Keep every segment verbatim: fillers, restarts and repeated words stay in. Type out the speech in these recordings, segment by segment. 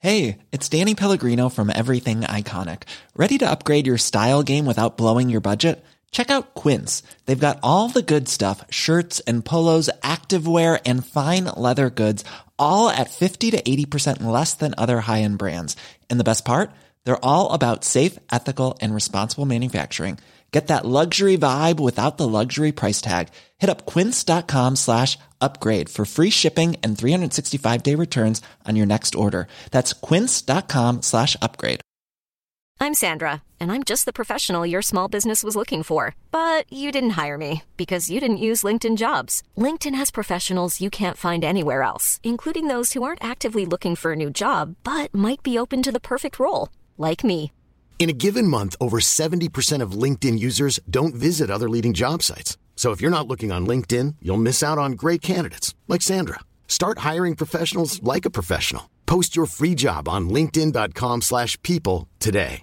Hey, it's Danny Pellegrino from Everything Iconic. Ready to upgrade your style game without blowing your budget? Check out Quince. They've got all the good stuff, shirts and polos, activewear, and fine leather goods, all at fifty to eighty percent less than other high-end brands. And the best part? They're all about safe, ethical, and responsible manufacturing. Get that luxury vibe without the luxury price tag. Hit up quince.com slash upgrade for free shipping and three sixty-five day returns on your next order. That's quince.com slash upgrade. I'm Sandra, and I'm just the professional your small business was looking for. But you didn't hire me because you didn't use LinkedIn Jobs. LinkedIn has professionals you can't find anywhere else, including those who aren't actively looking for a new job, but might be open to the perfect role, like me. In a given month, over seventy percent of LinkedIn users don't visit other leading job sites. So if you're not looking on LinkedIn, you'll miss out on great candidates like Sandra. Start hiring professionals like a professional. Post your free job on linkedin.com slash people today.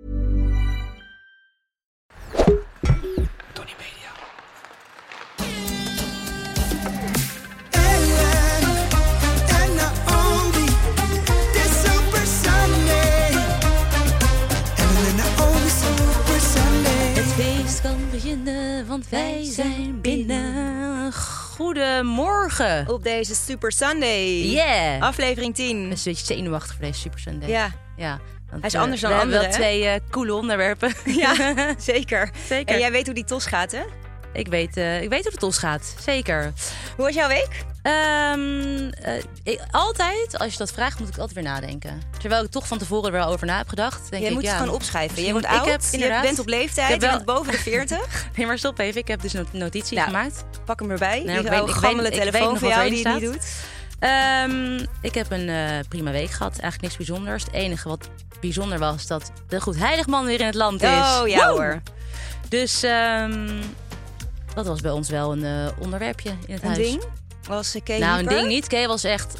Tony Media. Het feest kan beginnen, want wij zijn binnen. Goedemorgen. Op deze Super Sunday. Yeah. Aflevering tien. Ik ben een beetje zenuwachtig voor deze Super Sunday. Ja. Ja. Want, Hij is uh, anders dan we anderen, hebben wel twee uh, coole onderwerpen. Ja, zeker. Zeker. En jij weet hoe die tos gaat, hè? Ik weet, uh, ik weet hoe de tos gaat. Zeker. Hoe was jouw week? Um, uh, ik, altijd, als je dat vraagt, moet ik altijd weer nadenken. Terwijl ik toch van tevoren er wel over na heb gedacht. Denk Je ik, moet ja, het gewoon opschrijven. Je want wordt ik oud, heb, je inderdaad, bent op leeftijd, ik je heb bent boven de veertig. Nee, maar stop even. Ik heb dus een notitie Nou, gemaakt. Pak hem erbij. Nee, Die ik weet- oude ik gammele weet- ik weet telefoon nog van wat jou die erin het niet staat. doet. Um, ik heb een uh, prima week gehad. Eigenlijk niks bijzonders. Het enige wat bijzonder was dat de Goedheiligman weer in het land is. Oh, ja Woe! hoor. Dus um, dat was bij ons wel een uh, onderwerpje in het Een huis. ding? Was uh, Kay Nou, hyper? een ding niet. Kay was echt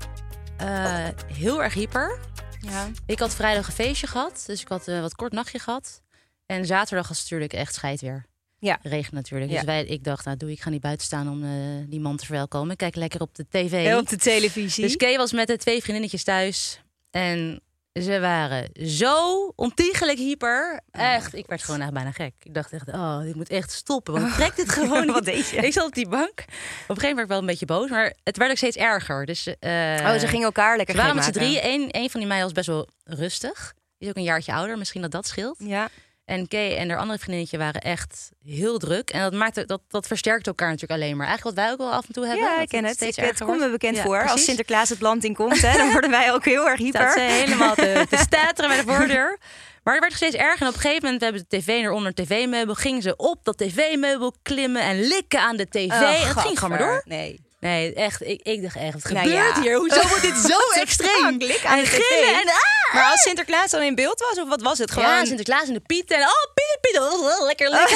uh, heel erg hyper. Ja. Ik had vrijdag een feestje gehad. Dus ik had een uh, wat kort nachtje gehad. En zaterdag was het natuurlijk echt scheidweer. Ja. Regen natuurlijk. Ja. Dus wij, ik dacht, nou doe, ik ga niet buiten staan om uh, die man te verwelkomen. Ik kijk lekker op de tv. Heel op de televisie. Dus Kay was met de twee vriendinnetjes thuis. En ze waren zo ontiegelijk hyper. Echt, ik werd gewoon echt bijna gek. Ik dacht echt, oh, dit moet echt stoppen. Want ik trek dit gewoon niet. Wat deed je? Ik zat op die bank. Op een gegeven moment werd ik wel een beetje boos. Maar het werd ook steeds erger. Dus, uh, Oh, ze gingen elkaar lekker ze waren gek met z'n maken. drieën. Eén één van die meiden was best wel rustig. Die is ook een jaartje ouder. Misschien dat dat scheelt. Ja. En Kay en haar andere vriendinnetje waren echt heel druk. En dat maakte dat, dat versterkt elkaar natuurlijk alleen maar. Eigenlijk wat wij ook wel af en toe hebben. Ja, dat ik ken het. steeds Ik, het erger komt me wordt. bekend Ja, voor. Als precies. Sinterklaas het land in komt, hè, dan worden wij ook heel erg Staat hyper. ze helemaal te, te stateren bij de voordeur. Maar het werd steeds erger. En op een gegeven moment, we hebben de tv eronder een tv-meubel. Gingen ze op dat tv-meubel klimmen en likken aan de tv. Oh, en het ging gewoon maar door. Nee. Nee, echt. Ik, ik dacht echt, wat Nou gebeurt ja. hier? Hoezo wordt dit zo Wat extreem? een lik aan en de gillen tv. en ah! Maar als Sinterklaas dan in beeld was, of wat was het? Gewoon... Ja, Sinterklaas en de Piet. En oh, Pieter, Pieter. Oh, oh, lekker, lekker.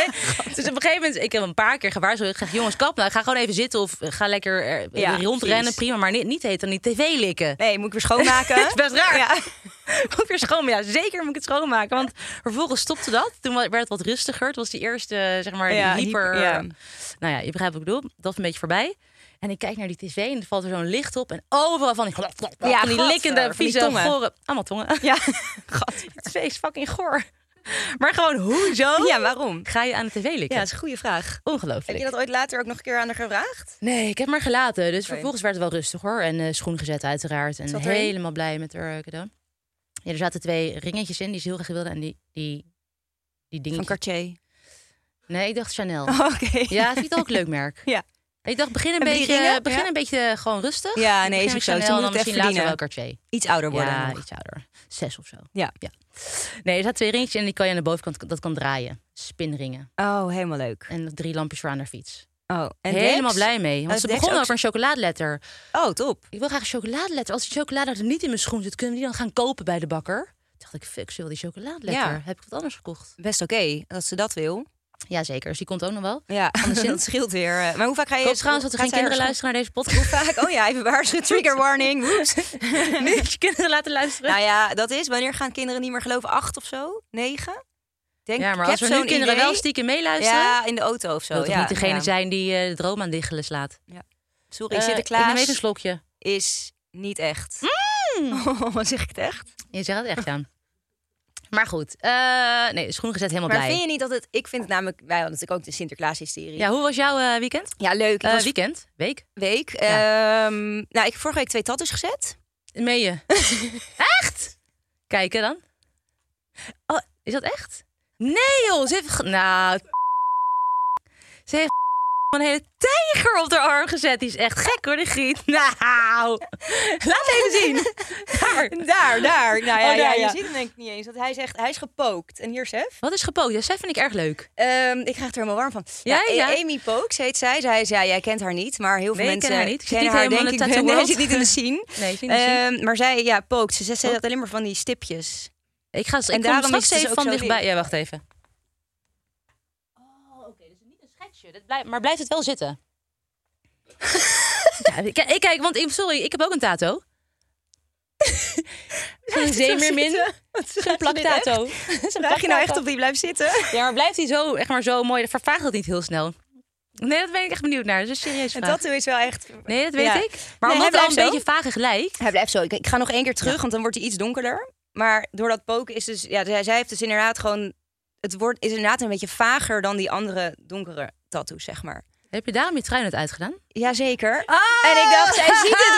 Dus op een gegeven moment, ik heb een paar keer gewaarschuwd. Ik zeg, jongens, kap nou. Ga gewoon even zitten of ga lekker er, Ja, rondrennen. precies. Prima, maar niet, niet heet aan die tv likken. Nee, moet ik weer schoonmaken? Dat is best raar. Ja. Moet ik weer schoonmaken? Ja, zeker moet ik het schoonmaken. Want vervolgens stopte dat. Toen werd het wat rustiger. Het was die eerste, zeg maar, Ja, die hyper... hyper, ja. Nou ja, je begrijpt wat ik bedoel. Dat was een beetje voorbij. En ik kijk naar die tv en er valt er zo'n licht op. En overal van die, Ja, van die gadver, likkende, van die vieze, tongen. gore... Allemaal tongen. Ja. God, het feest fucking goor. Maar gewoon, hoezo Ja, waarom? ga je aan de tv likken? Ja, dat is een goede vraag. Ongelooflijk. Heb je dat ooit later ook nog een keer aan haar gevraagd? Nee, ik heb maar gelaten. Dus Oké. vervolgens werd het wel rustig hoor. En uh, schoen gezet uiteraard. En Zat erin? helemaal blij met haar uh, cadeau. Ja, er zaten twee ringetjes in die ze heel graag wilde. En die, die, die Van dingetjes... Cartier. Nee, ik dacht Chanel. Oh, Oké. Ja, vind ik het ook een leuk merk. Ja. Ik dacht, begin een Hebben die beetje, ringen? begin Ja. een beetje gewoon rustig. Ja, nee, Begin is met ook zo. Ze Chanel en moet dan het misschien even later wel verdienen. Cartier. Iets ouder worden Ja, nog. iets ouder. Zes of zo. Ja. ja. Nee, er zaten twee ringetjes en die kan je aan de bovenkant dat kan draaien. Spinringen. Oh, helemaal leuk. En drie lampjes voor aan haar fiets. Oh, en Helemaal Dex? blij mee. Want Oh, ze Dex begonnen ook- over een chocoladeletter. Oh, top. Ik wil graag een chocoladeletter. Als die chocoladeletter niet in mijn schoen zit, kunnen we die dan gaan kopen bij de bakker? Toen dacht ik, fuck, ze wil die chocoladeletter. Ja. Heb ik wat anders gekocht? Best oké dat ze dat wil. Jazeker, dus die komt ook nog wel. Ja, Anderszins. dat scheelt weer. Eh, Maar hoe vaak ga je... Ik hoop trouwens dat er gaat geen zij kinderen haar luisteren naar deze podcast. schoen- Hoe vaak? Oh ja, even waarschuwen. Trigger warning. Woeps. Niet je kinderen laten luisteren. Nou ja, dat is... Wanneer gaan kinderen niet meer geloven? Acht of zo? Negen? Denk, Ja, maar ik als heb er nu zo'n kinderen idee. wel stiekem meeluisteren... Ja, in de auto of zo. wil toch ja, niet degene ja. zijn die uh, de droom aan diggelen slaat. Sorry, Uh, Sinterklaas Ik neem even een slokje. is niet echt. Mm. Oh, wat zeg ik het echt? Je zegt het echt, ja. Maar goed. Uh, nee, de schoenen gezet, helemaal maar blij. vind je niet dat het... Ik vind het namelijk... Wij hadden natuurlijk ook de Sinterklaas-hysterie. Ja, hoe was jouw uh, weekend? Ja, leuk. Uh, weekend? Week? Week. Ja. Um, nou, ik heb vorige week twee tattoos gezet. Meen je? Echt? Kijken dan. Oh, is dat echt? Nee joh, ze heeft... Nou... Ze heeft een hele tijger op haar arm gezet. Die is echt gek hoor, die Griet. Nou, laat even zien. Daar. Daar, daar. Nou ja, oh, daar, ja, ja. je ziet hem denk ik niet eens. Want hij zegt, hij is gepookt. En hier, Sef. Wat is gepookt? Ja, Sef vind ik erg leuk. Um, ik krijg er helemaal warm van. Ja, ja, ja. Amy Pokes heet zij. Zij zei, ja, jij kent haar niet. Maar heel veel nee, mensen ken haar niet. kennen haar, denk ik. Nee, nee, zit niet in de scene. Nee, in de scene. Um, maar zij, ja, Pokes. Ze zet alleen maar van die stipjes. Ik ga en ik daarom kom straks is even van dichtbij. lief. Ja, wacht even. Oh, oké. Okay. Dus niet een schetsje. Dat blijf, maar blijft het wel zitten? Ja, ik, ik kijk, want sorry, ik heb ook een tato. Een zeemeermin. Een plaktato. Vraag je nou echt of die blijft zitten? Ja, maar blijft hij zo, echt maar zo mooi? Vervaagt dat niet heel snel? Nee, dat ben ik echt benieuwd naar. Dat is een serieus vraag. En tattoo is wel echt... Nee, dat weet ja. ik. Maar nee, omdat het al een zo. beetje vage gelijk. Hij blijft zo. Ik, ik ga nog één keer terug, ja. want dan wordt hij iets donkerder. Maar door dat poken is dus... Ja, zij, zij heeft dus inderdaad gewoon... Het wordt is inderdaad een beetje vager dan die andere donkere tattoos, zeg maar. Heb je daarom je trui net uitgedaan? Jazeker. Oh! En ik dacht, zij ziet het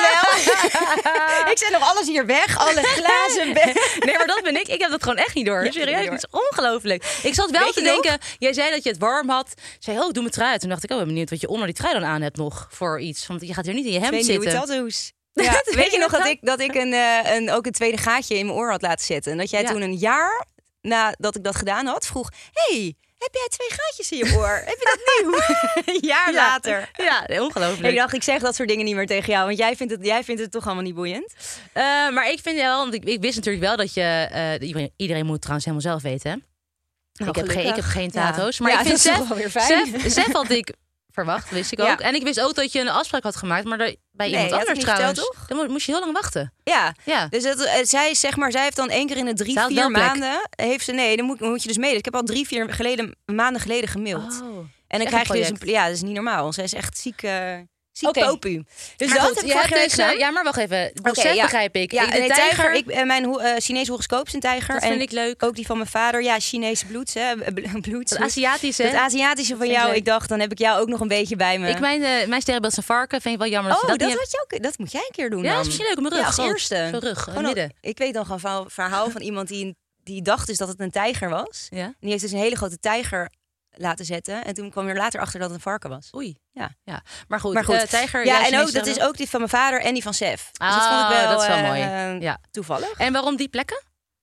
wel. Ik zet nog alles hier weg, alle glazen weg. Nee, maar dat ben ik. Ik heb dat gewoon echt niet door. Ja, serieus, het is ongelooflijk. Ik zat wel Weet te je denken, nog? jij zei dat je het warm had. Zei, oh, doe mijn trui uit. Toen dacht ik, oh, ben benieuwd wat je onder die trui dan aan hebt nog voor iets. Want je gaat hier niet in je hemd Twee zitten. nieuwe tattoos. Ja. Weet je nog dat ik, dat ik een, uh, een, ook een tweede gaatje in mijn oor had laten zetten? En dat jij ja. toen een jaar nadat ik dat gedaan had, vroeg... Hey, heb jij twee gaatjes in je oor? Heb je dat nieuw? Een jaar ja. later. Ja, ongelooflijk. Ik dacht, ik zeg dat soort dingen niet meer tegen jou. Want jij vindt het, jij vindt het toch allemaal niet boeiend? Uh, maar ik vind wel, want ik, ik wist natuurlijk wel dat je... Uh, iedereen, iedereen moet trouwens helemaal zelf weten, hè? Nou, ik, heb geen, ik heb geen tato's. Ja. Maar Ja, ik vind dat is Sef, wel weer fijn. Sef, Sef had ik verwacht, wist ik Ja. ook. En ik wist ook dat je een afspraak had gemaakt. Maar er, bij Nee, iemand je had anders het niet trouwens. verteld, toch? Dan mo- moest je heel lang wachten. Ja, Ja. dus het, uh, zij, zeg maar, zij heeft dan één keer in de drie, Zij had vier wel plek. maanden... Heeft ze, nee, dan moet, moet je dus mee. Dus ik heb al drie, vier geleden, maanden geleden gemaild. Oh. En dan echt krijg je een dus een... Ja, dat is niet normaal. Zij is echt ziek, uh, ziek Oké. popu. Dus Maar dat goed, heb ik je vorige hebt week dus, uh, gedaan. ja, maar wacht even. Oké, Concept ja. begrijp ik. Ja, ik de nee, tijger, tijger. Ik, uh, mijn uh, Chinese horoscoop is een tijger. dat en vind ik leuk. ook die van mijn vader. Ja, Chinese bloed. Hè. Bloed. Het Aziatische. Het Aziatische van Vind ik jou. leuk. Ik dacht, dan heb ik jou ook nog een beetje bij me. Ik, mijn, uh, mijn sterrenbeeld is een varken. Vind ik wel jammer dat oh, je dat, dat, niet wat je ook, dat moet jij een keer doen Ja, dan. dat is misschien leuk op mijn rug. Ja, als groot. eerste. Zo rug, Gewoon midden. ook- ik weet nog een verhaal, verhaal van iemand die, die dacht dus dat het een tijger was. Ja? En die heeft dus een hele grote tijger laten zetten. En toen kwam je er later achter dat het een varken was. Oei. Ja. ja. Maar goed, Maar goed. Uh, tijger. Ja, jij en ook, Chinese dat is ook die van mijn vader en die van Sef. Dus Ah, dat vond ik wel, dat is wel eh, mooi. eh, Ja. toevallig. En waarom die plekken?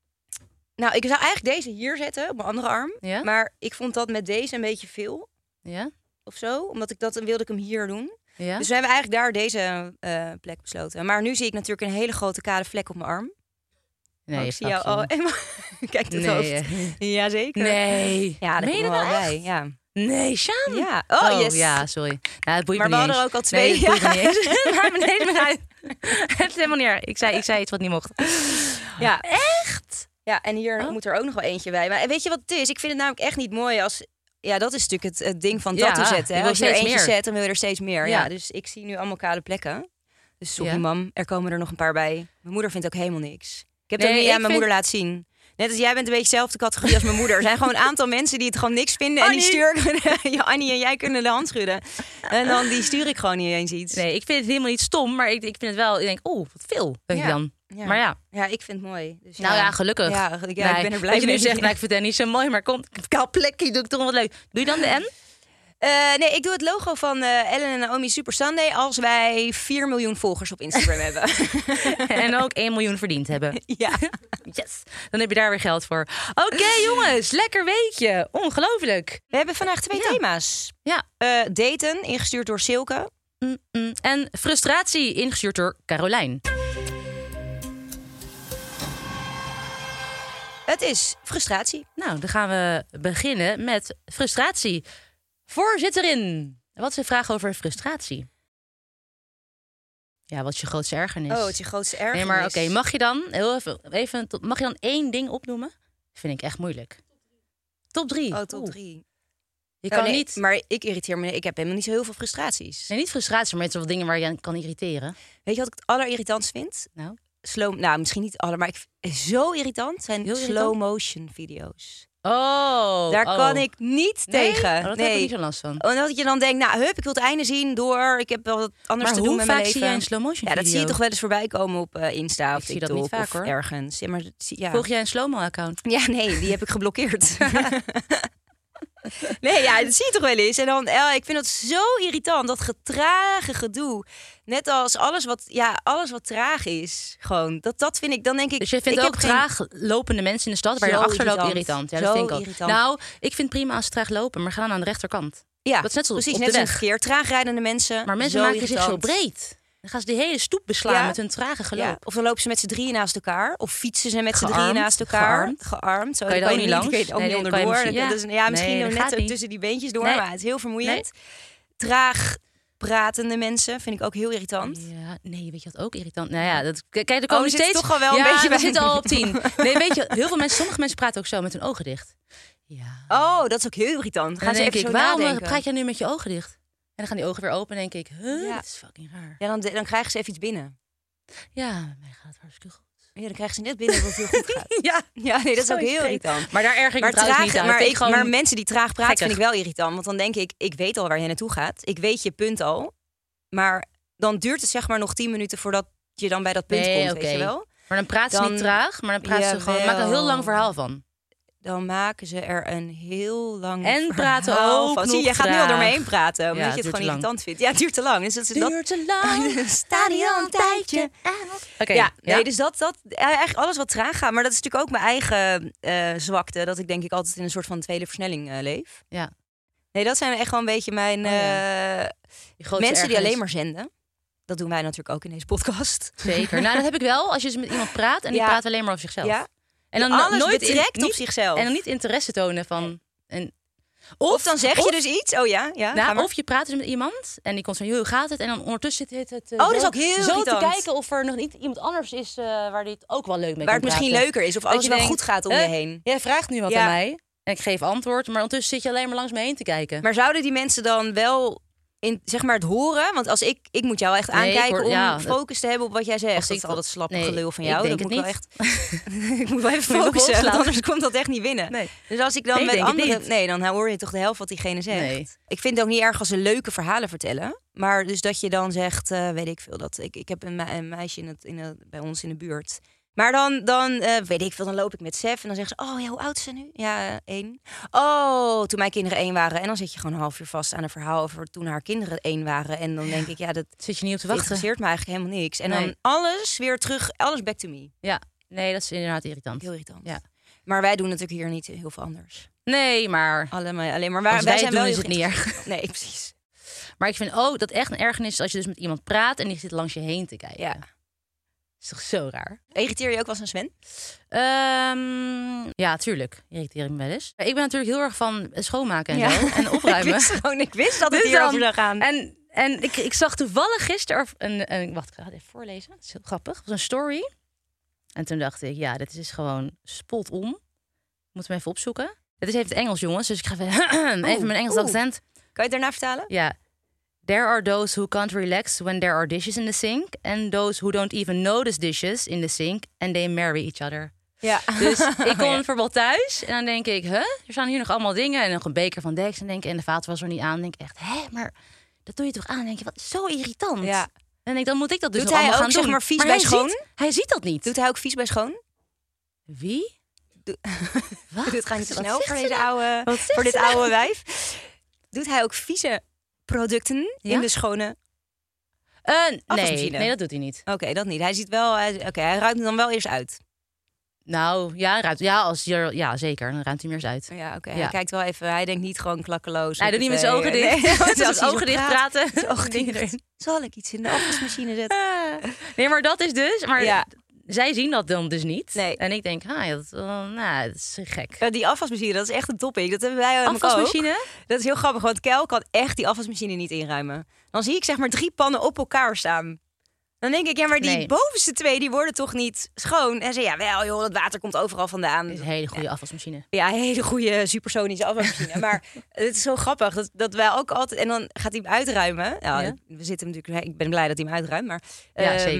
Nou, ik zou eigenlijk deze hier zetten, op mijn andere arm. Ja? Maar ik vond dat met deze een beetje veel, Ja? of zo. Omdat ik dat, dan wilde ik hem hier doen. Ja? Dus we hebben eigenlijk daar deze uh, plek besloten. Maar nu zie ik natuurlijk een hele grote kale vlek op mijn arm. nee, oh, je ik zie jou. pakt Oh, hem. Emma. Kijk het Nee, hoofd. eh. Jazeker. Nee. Ja, dat Meen je komt dat wel nou bij. echt? Ja. Nee, Sjaan. Ja. Oh, yes. ja, sorry. Nou, het boeit Maar me we niet hadden eens. er ook al twee. Nee, het boeit Ja. me niet eens. Maar nee, het maakt uit. Het is helemaal niet erg. Ik zei, ik zei iets wat niet mocht. Ja. Echt? Ja, en hier Oh. moet er ook nog wel eentje bij. Maar weet je wat het is? Ik vind het namelijk echt niet mooi als... Ja, dat is natuurlijk het, het ding van Ja, tattoo zetten. je Hè? wil Als je er steeds eentje meer. zet, dan wil je er steeds meer. Ja. Ja. Dus ik zie nu allemaal kale plekken. Dus sorry Ja. mam, er komen er nog een paar bij. Mijn moeder vindt ook helemaal niks. Ik heb het Nee, ook niet ik aan mijn vind- moeder laten zien. Net als jij bent een beetje dezelfde categorie als mijn moeder. Er zijn gewoon een aantal mensen die het gewoon niks vinden. En die sturen... Ja, Annie en jij kunnen de hand schudden. En dan die stuur ik gewoon niet eens iets. Nee, ik vind het helemaal niet stom. Maar ik, ik vind het wel... Ik denk, oeh, wat veel. Denk Ja. ik dan. Ja. Maar ja. Ja, ik vind het mooi. Dus Nou ja, gelukkig. Ja, ja, ik Nee, ben er blij dat je nu mee. zegt, nou, ik vind het niet zo mooi, maar kom, kaal plekje, doe ik toch wat leuk. Doe je dan de N? Uh, nee, ik doe het logo van uh, Ellen en Naomi Super Sunday als wij vier miljoen volgers op Instagram hebben. En ook één miljoen verdiend hebben. Ja. Yes, dan heb je daar weer geld voor. Oké, okay, jongens, lekker weekje. Ongelooflijk. We hebben vandaag twee Ja. thema's. Ja. Uh, daten, ingestuurd door Silke. Mm-mm. En frustratie, ingestuurd door Carolijn. Het is frustratie. Nou, dan gaan we beginnen met frustratie. Voorzitterin, wat is de vraag over frustratie? Ja, wat is je grootste ergernis? Oh, het is je grootste ergernis. Nee, maar oké, okay, mag je dan heel even, even, mag je dan één ding opnoemen? Vind ik echt moeilijk. Top drie. Oh, top Oeh. drie. Je Oh, kan nee, niet. Maar ik irriteer me. Ik heb helemaal niet zo heel veel frustraties. Nee, niet frustratie, maar het zijn wel dingen waar je aan kan irriteren. Weet je wat ik het allerirritantst vind? Nou? slow... Nou, misschien niet alle, maar ik vind zo irritant zijn Heel irritant? slow motion video's. Oh, Daar oh. kan ik niet Nee? tegen. Oh, dat nee. heb ik niet zo last van. Omdat je dan denkt, nou, hup, ik wil het einde zien door... Ik heb wel wat anders Maar te doen hoe met vaak mijn leven. zie jij een slow motion Ja, dat video? zie je toch wel eens voorbij komen op uh, Insta of Ik zie dat TikTok niet vaak, of hoor. ergens. Ja, maar dat zie- ja. Volg jij een slow-mo account? Ja, nee, die heb ik geblokkeerd. Nee, ja, dat zie je toch wel eens. En dan, ja, ik vind dat zo irritant, dat getrage gedoe. Net als alles wat, ja, alles wat traag is. Gewoon, dat, dat vind ik, dan denk ik... Dus je vindt ik ook heb geen- traag lopende mensen in de stad waar je Zo achter loopt irritant. irritant. Ja, Zo dat vind ik ook. irritant. Nou, ik vind prima als ze traag lopen, maar ga dan aan de rechterkant. Ja, dat is net zoals precies, op net de als een weg. keer. Traag rijdende mensen, Maar mensen zo maken zich zo irritant. breed. Dan gaan ze die hele stoep beslaan Ja. met hun trage geloop. Ja, of dan lopen ze met z'n drieën naast elkaar. Of fietsen ze met z'n Gearmd, drieën naast elkaar. gearmd. Gearmd. Zo, Kan je dan daar ook niet langs? Kun je er ook Nee, niet nee, kan je onderdoor. misschien- Dat is- Ja, misschien Nee, nog dat net gaat niet. tussen die beentjes door. Nee. Maar het is heel vermoeiend. Traag pratende mensen vind ik ook heel irritant. Ja, nee, weet je wat ook irritant? Nou ja, dat, kijk, er komen we zitten steeds... toch al wel een ja, beetje we bij- zitten al op tien. Nee, weet je, heel veel mensen, sommige mensen praten ook zo met hun ogen dicht. Ja. Oh, dat is ook heel irritant. En Gaan dan ze denk even ik, zo waarom nadenken. praat jij nu met je ogen dicht? En dan gaan die ogen weer open en denk ik, huh, Ja. dat is fucking raar. Ja, dan, dan krijgen ze even iets binnen. Ja, met mij gaat het hartstikke goed. Ja, dan krijgen ze net binnen dat het heel goed gaat. Ja, Ja, nee, dat is Zo ook heel extreem. irritant. Maar daar erg ik me Maar, trouwens traag, niet aan. maar, Dat vind ik, ik gewoon maar mensen die traag praten gekkig. vind ik wel irritant. Want dan denk ik, ik weet al waar je naartoe gaat. Ik weet je punt al. Maar dan duurt het zeg maar nog tien minuten voordat je dan bij dat punt Nee, komt, oké. weet je wel. Maar dan praten ze Dan- niet traag, maar dan praten ze gewoon, maken er een heel lang verhaal van. Dan maken ze er een heel lang En praten verhaal ook van. nog Zie je, jij gaat nu al door me traag. heen praten. Omdat Ja, je het het duurt gewoon te lang. irritant vindt. Ja, het duurt te lang. Dus dat is dat. Duurt te lang. Staat hier al een tijdje. Oké, Ja, nee, dus dat, dat, eigenlijk alles wat traag gaat. Maar dat is natuurlijk ook mijn eigen eh, zwakte. Dat ik denk ik altijd in een soort van tweede versnelling eh, leef. Ja. Nee, dat zijn echt gewoon een beetje mijn Oh, ja. eh, Die grootste mensen die ergernis. alleen maar zenden. Dat doen wij natuurlijk ook in deze podcast. Zeker. Nou, dat heb ik wel. Als je dus met iemand praat en die Ja. praat alleen maar over zichzelf. Ja. En dan Alles nooit in- betrekt op niet- zichzelf. En dan niet interesse tonen van... En, Of, dan zeg of- je dus iets. Oh ja, ja. Nou, ga maar. of je praat dus met iemand en die komt van, joh, hoe gaat het? En dan ondertussen zit het, het eh, Oh, dat is zo, ook heel zo te irritant. kijken of er nog niet iemand anders is uh, waar die het ook wel leuk mee Waar kan het misschien praten. leuker is. Of Dat alles je wel denkt, goed gaat om hè, je heen. Jij vraagt nu wat Ja. aan mij en ik geef antwoord, maar ondertussen zit je alleen maar langs me heen te kijken. Maar zouden die mensen dan wel in, zeg maar, het horen? Want als ik, ik moet jou echt Nee, ik aankijken hoor- om ja, dat- focus te hebben op wat jij zegt. Als Dat ik is al dat slappe nee, gelul van ik jou. denk dat het moet ik wel echt. Ik moet wel even Moet je focussen, opslaan. want anders komt dat echt niet binnen. Nee. Dus als ik dan Nee, met denk het anderen, niet. nee, dan hoor je toch de helft wat diegene zegt. Nee. Ik vind het ook niet erg als ze leuke verhalen vertellen, maar dus dat je dan zegt, uh, weet ik veel, dat ik, ik heb een, me- een meisje in het, in het, bij ons in de buurt. Maar dan, dan uh, weet ik veel, dan loop ik met Sef en dan zeggen ze, oh ja, hoe oud is ze nu? Ja, uh, één. Oh, toen mijn kinderen één waren. En dan zit je gewoon een half uur vast aan een verhaal over toen haar kinderen één waren. En dan denk ik, ja, dat Zit je niet op te wachten? interesseert me eigenlijk helemaal niks. En dan Nee. alles weer terug, alles back to me. Ja, nee, dat is inderdaad irritant. Heel irritant. Ja. Maar wij doen natuurlijk hier niet heel veel anders. Nee, maar Allemaal, alleen maar wij, als wij wij zijn het doen wel is heel het niet erg. geïnteresseerd. Nee, precies. Maar ik vind ook dat echt een ergernis is als je dus met iemand praat en die zit langs je heen te kijken. Ja. Is toch zo raar? Irriteer je ook wel eens aan Sven? Ehm, ja, tuurlijk. Irriteer ik me wel eens. Ik ben natuurlijk heel erg van schoonmaken en Ja. zo. En Ik opruimen. wist gewoon, ik wist dat het Dus hierover dan- zou gaan. En, en ik, ik zag toevallig gisteren een, een... Wacht, ik ga het even voorlezen. Dat is heel grappig. Het was een story. En toen dacht ik, ja, dit is gewoon spot on. Moeten we even opzoeken. Het is even het Engels, jongens. Dus ik ga even, even mijn Engels oeh. accent. Kan je het daarna vertalen? Ja. There are those who can't relax when there are dishes in the sink. And those who don't even notice dishes in the sink. And they marry each other. Ja. Dus ik kom Oh, ja. bijvoorbeeld thuis en dan denk ik, huh? Er staan hier nog allemaal dingen en nog een beker van Dex en denk ik, en de vaatwasser niet aan. Dan denk ik echt, hè, maar dat doe je toch aan? Dan denk je, wat zo irritant. Ja. En dan denk ik, dan moet ik dat dus Doet nog hij allemaal ook, gaan zeg doen. maar, vies bij hij schoon? Ziet, hij ziet dat niet. Doet hij ook vies bij schoon? Wie? Doe- Wat? Dit gaat niet te Wat snel zegt voor, ze deze nou? oude, Wat zegt voor dit ze nou? oude wijf. Doet hij ook vieze producten Ja? in de schone... Uh, nee, Afwasmachine. nee, dat doet hij niet. Oké, dat niet. Hij ziet wel... hij- Oké, hij ruikt hem dan wel eerst uit. Nou, ja, ruimt, ja, als je, ja, zeker. Dan ruimt hij meer eens uit. Ja, oké. Ja. Hij kijkt wel even... Hij denkt niet gewoon klakkeloos. Hij doet niet met zijn ogen hoppatee. dicht. Nee, Het is als hij zo ogen dicht praat. praten. Zijn ogen Dingen dicht. erin. Zal ik iets in de afwasmachine zetten? Nee, maar dat is dus... Maar Ja. zij zien dat dan dus niet. Nee. En ik denk, ah, ja, dat, uh, nou, dat is gek. Ja, die afwasmachine, dat is echt een topic. Dat hebben wij namelijk ook. Afwasmachine? Dat is heel grappig, want Kel kan echt die afwasmachine niet inruimen. Dan zie ik zeg maar drie pannen op elkaar staan. Dan denk ik, ja, maar die Nee. bovenste twee, die worden toch niet schoon? En ze, ja, wel joh, dat water komt overal vandaan. Het is een hele goede afwasmachine. Ja, een hele goede supersonische afwasmachine. Maar het is zo grappig dat, dat wij ook altijd... En dan gaat hij hem uitruimen. Nou, Ja. we zitten natuurlijk... Ik ben blij dat hij hem uitruimt, maar... Ja, ehm, zeker.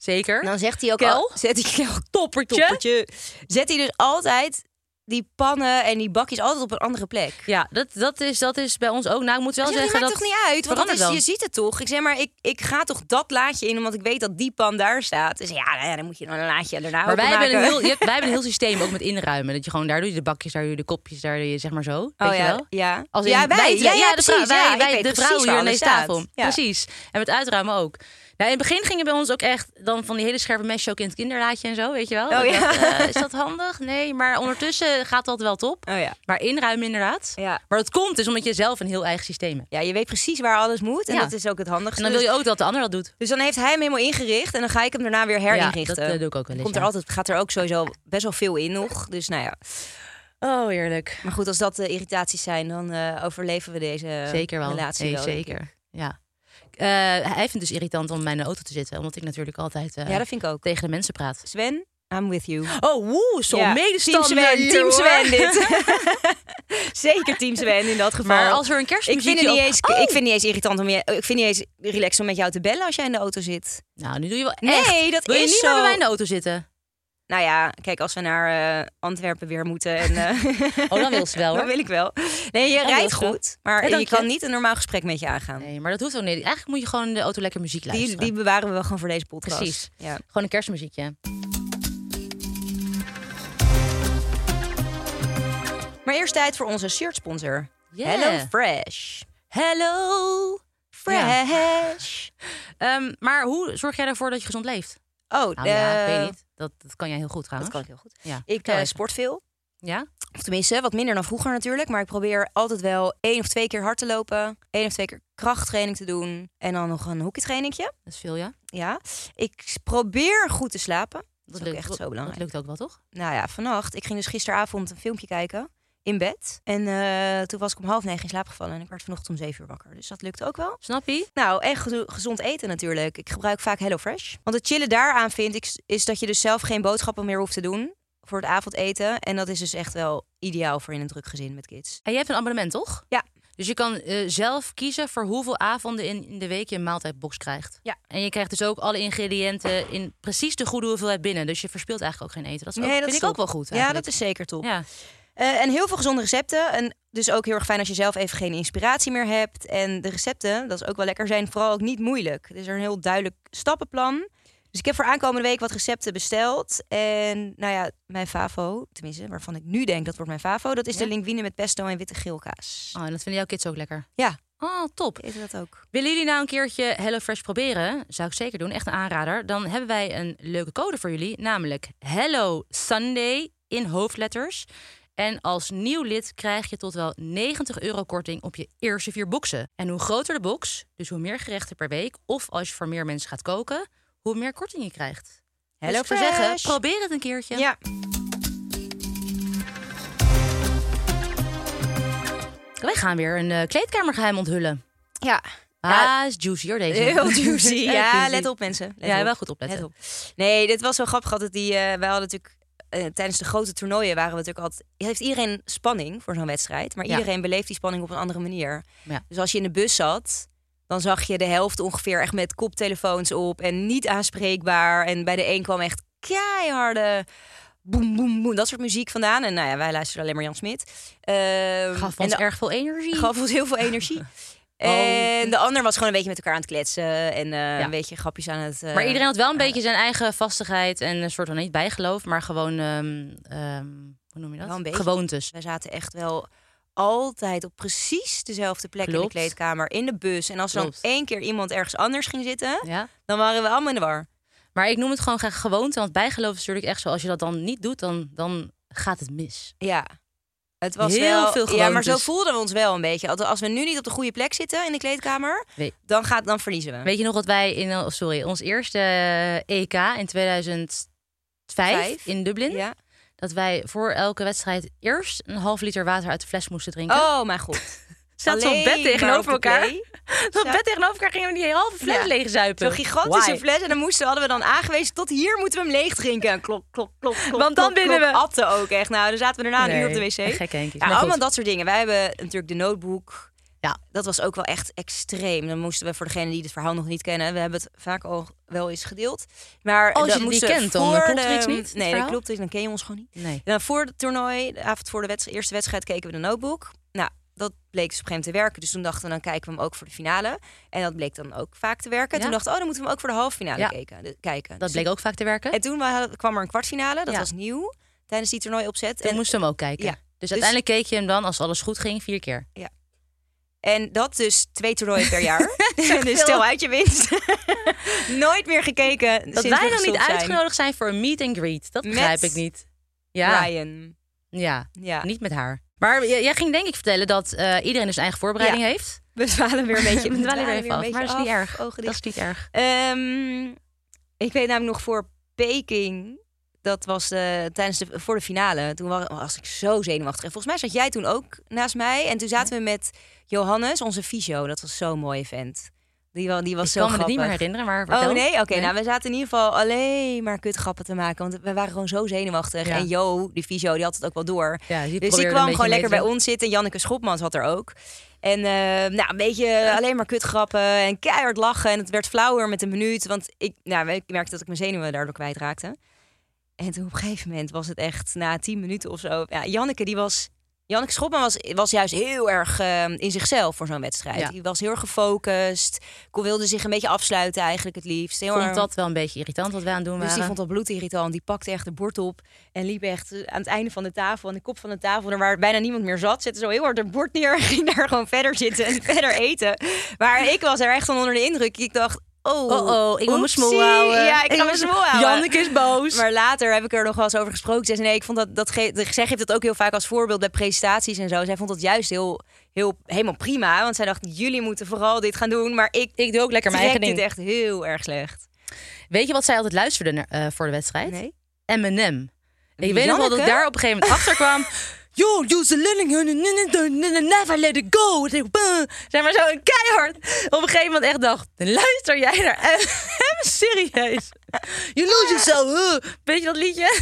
Zeker. En dan zegt hij ook Kel? al, zet hij Kel, Toppertje. toppertje. Zet hij dus altijd die pannen en die bakjes altijd op een andere plek. Ja, dat, dat, is, dat is bij ons ook. Nou, ik moet wel Ik zeg, zeggen maakt dat... toch niet uit, want dat verandert is, dan. je ziet het toch. Ik zeg maar, ik, ik ga toch dat laadje in, omdat ik weet dat die pan daar staat. Dus ja, nou ja dan moet je dan een laadje daarna Maar wij hebben, een openmaken. heel, je hebt- wij hebben een heel systeem ook met inruimen. Dat je gewoon, daar doe je de bakjes, daar doe je de kopjes, daar doe je zeg maar zo. Weet Oh je ja, wel? ja. Als in, ja, wij, wij, ja, ja, de vrouw, precies. wij, ja, ik wij weet de precies vrouwen waar hier aan alles deze staat. tafel. Ja. Precies. En met uitruimen ook. Nou, in het begin gingen bij ons ook echt dan van die hele scherpe mesjes ook in het kinderlaadje en zo, weet je wel. Oh, Ik ja. dacht, eh, is dat handig? Nee, maar ondertussen gaat dat wel top. Oh ja. Maar inruimen inderdaad. Ja. Maar dat komt dus omdat je zelf een heel eigen systeem hebt. Ja, je weet precies waar alles moet. En Ja. dat is ook het handigste. En dan wil je ook dat de ander dat doet. Dus dan heeft hij hem helemaal ingericht. En dan ga ik hem daarna weer herinrichten. Ja, dat eh, doe ik ook wel eens. Komt er ja. altijd, gaat er ook sowieso best wel veel in nog. Dus nou ja. Oh, heerlijk. Maar goed, als dat de irritaties zijn, dan eh, overleven we deze Zeker wel. relatie Hey, wel. denk ik. zeker. Ja. Uh, hij vindt het dus irritant om in mijn auto te zitten. Omdat ik natuurlijk altijd uh, Ja, dat vind ik ook. tegen de mensen praat. Sven, I'm with you. Oh, woe, zo'n Ja, medestander Team Sven, hier, Team hoor. Sven dit. Zeker Team Sven in dat geval. Maar als er een ik kerstmuziekje... vind, het niet op- eens, Oh! ik vind het niet eens irritant om je... Ik vind het niet eens relaxed om met jou te bellen als jij in de auto zit. Nou, nu doe je wel Nee, echt. dat Wil je is niet zo. meer bij mij in de auto zitten? Nou ja, kijk, als we naar uh, Antwerpen weer moeten... En, uh, Oh, dan wil ze wel, hoor. Dan wil ik wel. Nee, je Dan rijdt wil ze wel. goed. Maar Ja, dank je je. kan niet een normaal gesprek met je aangaan. Nee, maar dat hoeft ook niet. Eigenlijk moet je gewoon in de auto lekker muziek Die, luisteren. die bewaren we wel gewoon voor deze podcast. Precies. Ja. Gewoon een kerstmuziekje. Maar eerst tijd voor onze shirtsponsor. Yeah. Hello Fresh. Hello. Fresh. Um, maar hoe zorg jij ervoor dat je gezond leeft? Oh, Nou ja, eh, ik weet niet. Dat, dat kan jij heel goed Dat trouwens. kan ik heel goed. Ja, Ik vertel uh, even. sport veel. Ja? Of tenminste, wat minder dan vroeger natuurlijk. Maar ik probeer altijd wel één of twee keer hard te lopen. één of twee keer krachttraining te doen. En dan nog een hockeytrainingje. Dat is veel, ja. Ja. Ik probeer goed te slapen. Dat is ook lukt, echt zo belangrijk. Dat lukt ook wel, toch? Nou ja, vannacht. Ik ging dus gisteravond een filmpje kijken. In bed. En uh, toen was ik om half negen in slaap gevallen. En ik werd vanochtend om zeven uur wakker. Dus dat lukt ook wel. Snap je? Nou, en gezo- gezond eten natuurlijk. Ik gebruik vaak HelloFresh. Want het chillen daaraan vind ik... is dat je dus zelf geen boodschappen meer hoeft te doen... voor het avondeten. En dat is dus echt wel ideaal voor in een druk gezin met kids. En jij hebt een abonnement, toch? Ja. Dus je kan uh, zelf kiezen voor hoeveel avonden in, in de week je een maaltijdbox krijgt. Ja. En je krijgt dus ook alle ingrediënten in precies de goede hoeveelheid binnen. Dus je verspilt eigenlijk ook geen eten. Dat, is ook, Nee, dat vind is ik ook top. wel goed Ja, eigenlijk. dat is zeker top. Ja. Uh, en heel veel gezonde recepten. En dus ook heel erg fijn als je zelf even geen inspiratie meer hebt. En de recepten, dat is ook wel lekker, zijn vooral ook niet moeilijk. Er is er een heel duidelijk stappenplan. Dus ik heb voor aankomende week wat recepten besteld. En nou ja, mijn favo, tenminste, waarvan ik nu denk dat wordt mijn favo... dat is Ja? de linguine met pesto en witte geelkaas. Oh, en dat vinden jouw kids ook lekker. Ja, Oh, top. eten dat ook. Willen jullie nou een keertje HelloFresh proberen? Zou ik zeker doen, echt een aanrader. Dan hebben wij een leuke code voor jullie, namelijk Hello Sunday in hoofdletters. En als nieuw lid krijg je tot wel negentig euro korting op je eerste vier boxen. En hoe groter de box, dus hoe meer gerechten per week... of als je voor meer mensen gaat koken, hoe meer korting je krijgt. Hello Dus ik zou zeggen, Fresh. probeer het een keertje. Ja. Wij gaan weer een uh, kleedkamergeheim onthullen. Ja. Ah, Ja. is juicy hoor deze. Heel juicy. Heel Ja, juicy. let op mensen. Let Ja, op. wel goed opletten. Let op. Nee, dit was zo grappig altijd. Die, uh, wij hadden natuurlijk uh, tijdens de grote toernooien waren we natuurlijk altijd... Heeft iedereen spanning voor zo'n wedstrijd. Maar Ja. iedereen beleeft die spanning op een andere manier. Ja. Dus als je in de bus zat, dan zag je de helft ongeveer echt met koptelefoons op. En niet aanspreekbaar. En bij de een kwam echt keiharde... Boem, boem, boem. Dat soort muziek vandaan. En nou ja, wij luisterden alleen maar Jan Smit. Uh, Gaf en ons de, erg veel energie. gaf ons heel veel energie. Oh. En de ander was gewoon een beetje met elkaar aan het kletsen. En uh, Ja. een beetje grapjes aan het... Uh, Maar iedereen had wel een beetje zijn eigen vastigheid en een soort van niet bijgeloof, maar gewoon, um, um, hoe noem je dat? Wel een beetje. Gewoontes. Wij zaten echt wel altijd op precies dezelfde plek in Klopt. de kleedkamer, in de bus. En als er dan Klopt. één keer iemand ergens anders ging zitten, Ja. dan waren we allemaal in de war. Maar ik noem het gewoon graag gewoonte, want bijgeloof is natuurlijk echt zo. Als je dat dan niet doet, dan, dan gaat het mis. Ja. Het was Heel wel, veel ja, maar gewoontes. zo voelden we ons wel een beetje. Als- Als we nu niet op de goede plek zitten in de kleedkamer, Weet- dan, gaat, dan verliezen we. Weet je nog wat wij in oh, sorry, ons eerste E K in tweeduizend vijf Vijf. in Dublin, Ja. dat wij voor elke wedstrijd eerst een half liter water uit de fles moesten drinken? Oh mijn god. Zat zo'n Alleen bed maar tegenover op de elkaar. play. Dat Ja. bed tegenover elkaar gingen we die halve fles Ja. leegzuipen. Zo'n gigantische Why? fles. En dan moesten, hadden we dan aangewezen, tot hier moeten we hem leeg drinken. En klok, klok, klok, klok. Want dan klok, winnen klok, we. Atten ook echt. Nou, dan zaten we daarna een uur op de wc. Gekke eentjes. Ja, Maar allemaal goed. dat soort dingen. Wij hebben natuurlijk de notebook. Ja. Dat was ook wel echt extreem. Dan moesten we, voor degenen die het verhaal nog niet kennen... we hebben het vaak al wel eens gedeeld. Maar als je dan het niet moesten kent, dan voor klopt er de- iets niet, het Nee, dat verhaal? klopt niet. Dan ken je ons gewoon niet. Nee. Dan voor het toernooi, de avond voor de wedstrijd, eerste wedstrijd... keken we de notebook. Nou, dat bleek dus op een gegeven moment te werken. Dus toen dachten we, dan kijken we hem ook voor de finale. En dat bleek dan ook vaak te werken. Ja. Toen dachten we, oh, dan moeten we hem ook voor de halve finale Ja. kijken. de- kijken. Dat Dus- bleek ook vaak te werken. En toen wa- kwam er een kwartfinale. Dat Ja. was nieuw tijdens die toernooiopzet. Toen En, moesten we hem ook kijken. Ja. Dus uiteindelijk keek je hem dan, als alles goed ging, vier keer. en dat dus twee toernooien per jaar. Dus stel uit je winst. Nooit meer gekeken. Dat sinds we wij nog niet gestopt zijn. uitgenodigd zijn voor een meet and greet. Dat Met begrijp ik niet. Ja, Ryan. ja, Ja. niet met haar. Maar j- jij ging denk ik vertellen dat eh, iedereen dus eigen voorbereiding Ja. heeft. We dwalen weer een beetje, We dwalen weer een even af, beetje maar dat is niet af. erg. Ogen Dat is dicht. niet erg. Ehm, ik weet namelijk nog voor Peking. Dat was eh, tijdens de, voor de finale. Toen wa- was ik zo zenuwachtig. En volgens mij zat jij toen ook naast mij. En toen zaten we met Johannes, onze fysio. Dat was zo'n mooie vent. Die, wa- die was Ik zo kan me het grappig. niet meer herinneren, maar vertel. Oh nee? Oké, Nee? nou we zaten in ieder geval alleen maar kutgrappen te maken. Want we waren gewoon zo zenuwachtig. Ja. En Jo, die fysio, die had het ook wel door. Ja, die Dus die probeerde kwam een gewoon beetje lekker mee bij te ons zitten. Janneke Schopmans had er ook. En eh, nou, een beetje alleen maar kutgrappen en keihard lachen. En het werd flauwer met een minuut. Want ik, nou, ik merkte dat ik mijn zenuwen daardoor kwijtraakte. En toen op een gegeven moment was het echt na tien minuten of zo. Ja, Janneke, die was... Janneke Schopman was, was juist heel erg eh, in zichzelf voor zo'n wedstrijd. Ja. Die was heel erg gefocust. Ko- wilde zich een beetje afsluiten eigenlijk het liefst. Heel vond erg- dat wel een beetje irritant wat wij aan het doen dus waren. die vond dat bloedirritant. Die pakte echt de bord op en liep echt aan het einde van de tafel, aan de kop van de tafel, daar waar bijna niemand meer zat, zette zo heel hard het bord neer en ging daar gewoon verder zitten en verder eten. Maar ik was er echt van onder de indruk. Ik dacht, oh, Oh oh, ik moet mijn smoel oepsie. houden. Ja, ik ga moet mijn smoel houden. Janneke is boos. Maar later heb ik er nog wel eens over gesproken. Zij zei, nee, ik vond dat, dat ge- zij geeft het ook heel vaak als voorbeeld bij presentaties en zo. Zij vond dat juist heel, heel, helemaal prima. Want zij dacht, jullie moeten vooral dit gaan doen. Maar ik, Ik doe ook lekker mijn trek eigen dit ding. echt heel erg slecht. Weet je wat zij altijd luisterde naar- eh, voor de wedstrijd? Nee? Eminem. Ik Wie, weet nog wel dat ik Janneke? daar op een gegeven moment achter kwam. Yo, use lilling, never let it go. Zeg maar zo een keihard. Op een gegeven moment echt dacht, luister jij naar Eminem serieus? You lose yourself. huh? Weet je dat liedje?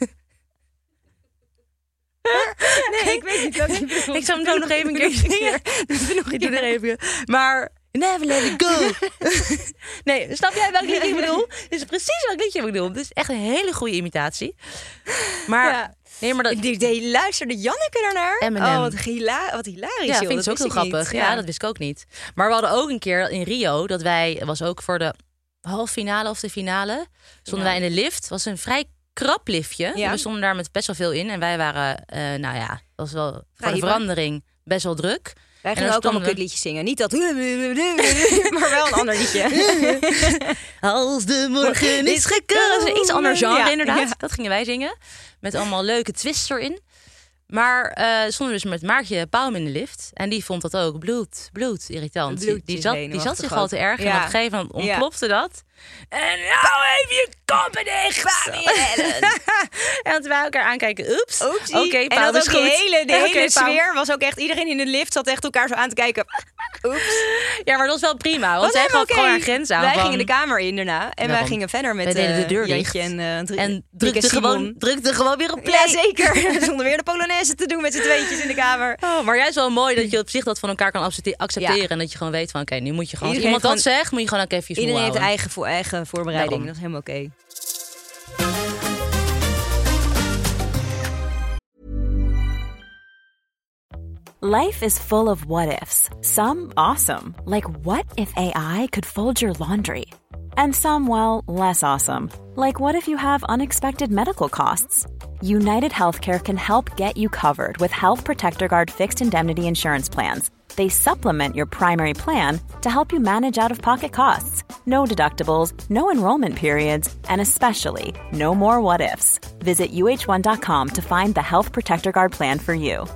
Nee, ik weet niet wat je bedoelt. Ik zal hem zo nog even een keer zingen. Ik doe er even. Maar never let it go. Nee, snap jij welk liedje ik bedoel? Dit is precies welk liedje ik bedoel. Dit is echt een hele goede imitatie. Maar, Ja. nee, maar dat, Die, die luisterde Janneke daarnaar? Eminem. Oh, wat, hila wat hilarisch, ja, joh. vind ik Dat dus ook heel wist ik grappig. niet. Ja. dat wist ik ook niet. Maar we hadden ook een keer in Rio, dat wij, was ook voor de halve finale of de finale, stonden wij in de lift. Was een vrij krap liftje. Ja. We stonden daar met best wel veel in. En wij waren, eh, nou ja, dat was wel voor de hyper. verandering best wel druk. Wij En gingen dan ook allemaal stonden we- kutliedjes zingen. Niet dat... maar wel een ander liedje. Als de morgen is gekomen. Iets ander genre Ja, inderdaad. ja. Dat gingen wij zingen. Met allemaal leuke twists erin. Maar eh stonden we dus met Maartje Paum in de lift. En die vond dat ook bloed, bloed, irritant. Die, die, zat, die zat zich al te erg. En Ja. op een gegeven moment Ja. ontplofte dat. En nou even je koppen dicht. En dat wij elkaar aankijken. Oeps. Oepsie. Oké, en Paum dat is ook goed. die hele, de Oké, hele Paum. sfeer was ook echt... Iedereen in de lift zat echt elkaar zo aan te kijken. Oeps. Ja, maar dat was wel prima. Want Was zij helemaal gaf gewoon oké. haar grens aan. Wij van- gingen de kamer in daarna. En wij Daarom. gingen verder met Wij deden de eh, deur dicht. Jantje en, uh, Dr- En Dick drukte Simon. gewoon, drukte gewoon weer op play. Ja, zeker. We stonden weer de Polonaise te doen met z'n tweetjes in de kamer. Oh, maar juist wel mooi dat je op zich dat van elkaar kan accepte- accepteren. Ja. En dat je gewoon weet van, oké, nu moet je gewoon... Als Iedereen iemand dat heeft zegt, moet je gewoon ook even je smoel Iedereen heeft houden. eigen, voor, eigen voorbereiding. Daarom. Dat is helemaal oké. Life is full of what ifs. Some awesome, like what if A I could fold your laundry? And some, well, less awesome, like what if you have unexpected medical costs? United Healthcare can help get you covered with Health Protector Guard fixed indemnity insurance plans. They supplement your primary plan to help you manage out-of-pocket costs. No deductibles, no enrollment periods, and especially no more what ifs. Visit U H one dot com to find the Health Protector Guard plan for you.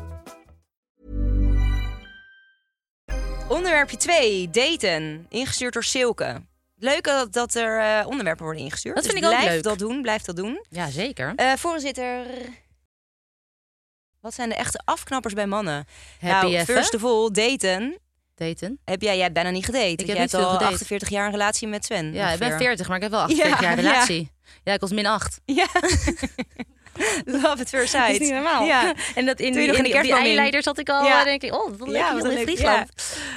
Onderwerpje twee, daten. Ingestuurd door Silke. Leuk dat, dat er eh, onderwerpen worden ingestuurd. Dat vind Dus ik ook blijf leuk. dat doen, blijf dat doen. Ja, zeker. Eh, voorzitter, wat zijn de echte afknappers bij mannen? Happy nou, even. first of all, daten. Daten. Heb jij, jij hebt bijna niet gedate. Ik heb jij niet hebt veel al gedate. achtenveertig jaar een relatie met Sven. Ja, ik ben ongeveer. veertig, maar ik heb wel achtenveertig Ja, jaar relatie. Ja. ik was min acht. Ja. Love at first sight. Dat is niet normaal. Ja. En dat in Toen je die, nog in in de die, op die kerstboom in. eyeliner zat ik al. Ja. En denk ik, oh, wat leuk Ja, hier wat in leuk. Friesland.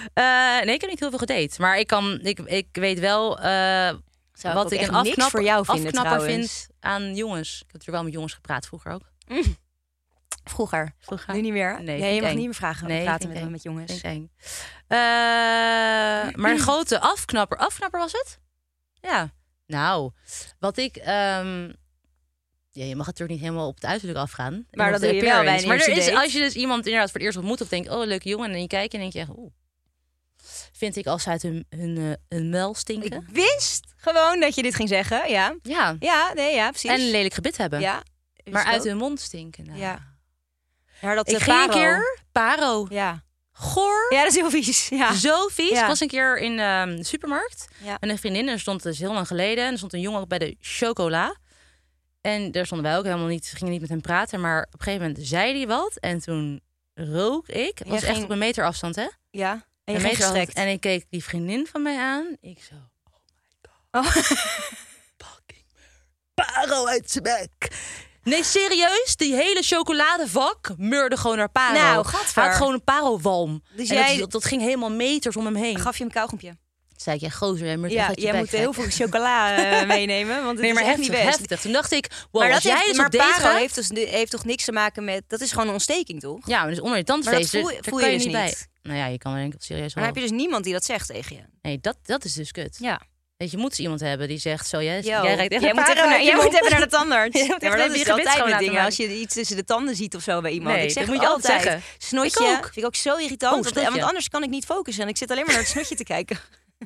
nee, ik heb niet heel veel gedate. Maar ik, kan, ik, ik weet wel uh, Zou wat ik, ik ook een echt niks afknapper, voor jou vinden, afknapper trouwens. vind aan jongens. Ik heb er wel met jongens gepraat vroeger ook. Mm. Vroeger. Vroeger. Nu niet meer? Nee, ja, vind je mag ik eng. niet meer vragen Nee, praten vind met, ik met jongens. Vind ik eng. Uh, maar een grote afknapper. Afknapper was het? Ja. Nou, wat ik... Um, ja, je mag het natuurlijk niet helemaal op het uiterlijk afgaan. Maar dat de doe je wel bij een Maar er eerste is, date. als je dus iemand inderdaad voor het eerst ontmoet... of denkt, oh, leuke jongen, en dan je kijkt en denk je echt... oeh. Vind ik als ze uit hun, hun, uh, hun muil stinken. Ik wist gewoon dat je dit ging zeggen, ja. Ja. Ja, nee, ja, precies. En een lelijk gebit hebben. Ja. Maar uit ook. hun mond stinken. Nou. Ja. Maar dat Ik uh, ging een paro. keer... Paro. Ja. Goor. Ja, dat is heel vies. Ja. Zo vies. Ja. Ik was een keer in um, de supermarkt. Ja. En een vriendin, er stond dus heel lang geleden. En er stond een jongen ook bij de chocola. En daar stonden wij ook helemaal niet, gingen niet met hem praten. Maar op een gegeven moment zei hij wat. En toen rook ik. Het was Jij echt ging- op een meter afstand, hè? Ja. En je Een ging meter afstand. gestrekt. En ik keek die vriendin van mij aan. Ik zo, oh my god. Oh. Fucking paro uit zijn bek. Nee, serieus? Die hele chocoladevak meurde gewoon naar paro. Nou, gadver. Hij had gewoon een paro-walm. Dus En jij- dat, dat ging helemaal meters om hem heen. Gaf je hem een kauwgompje? Zei ik, ja, gozer, jij moet Ja, echt uit je jij bek, moet gek. heel veel chocola uh, meenemen, want het Nee, is maar echt heftig, niet best. heftig. Toen dacht ik, wow, Maar, dat als jij heeft, dus maar op date paro gaat... heeft, dus, heeft toch niks te maken met... Dat is gewoon een ontsteking, toch? Ja, maar dus onder je Maar dat tandvlees, voel, daar- daar voel kan je dus niet niet. bij. Nou ja, je kan er enkel serieus Maar wel. dan heb je dus niemand die dat zegt tegen je. Nee, dat, dat is dus kut. Ja. Weet je, je moet dus iemand hebben die zegt, zo, jij, Yo, jij rijdt echt jij een moet paro even naar, uit jij je moet mond. even naar de tandarts. Je moet Ja, even maar dat even is je gebit altijd met schoon dingen. laten Als je iets tussen de tanden ziet of zo bij iemand. Nee, ik zeg dat moet je altijd altijd. zeggen. Snotje. Ik ook. Vind ik ook zo irritant. Oh, want, snotje. want anders kan ik niet focussen. En ik zit alleen maar naar het snotje te kijken.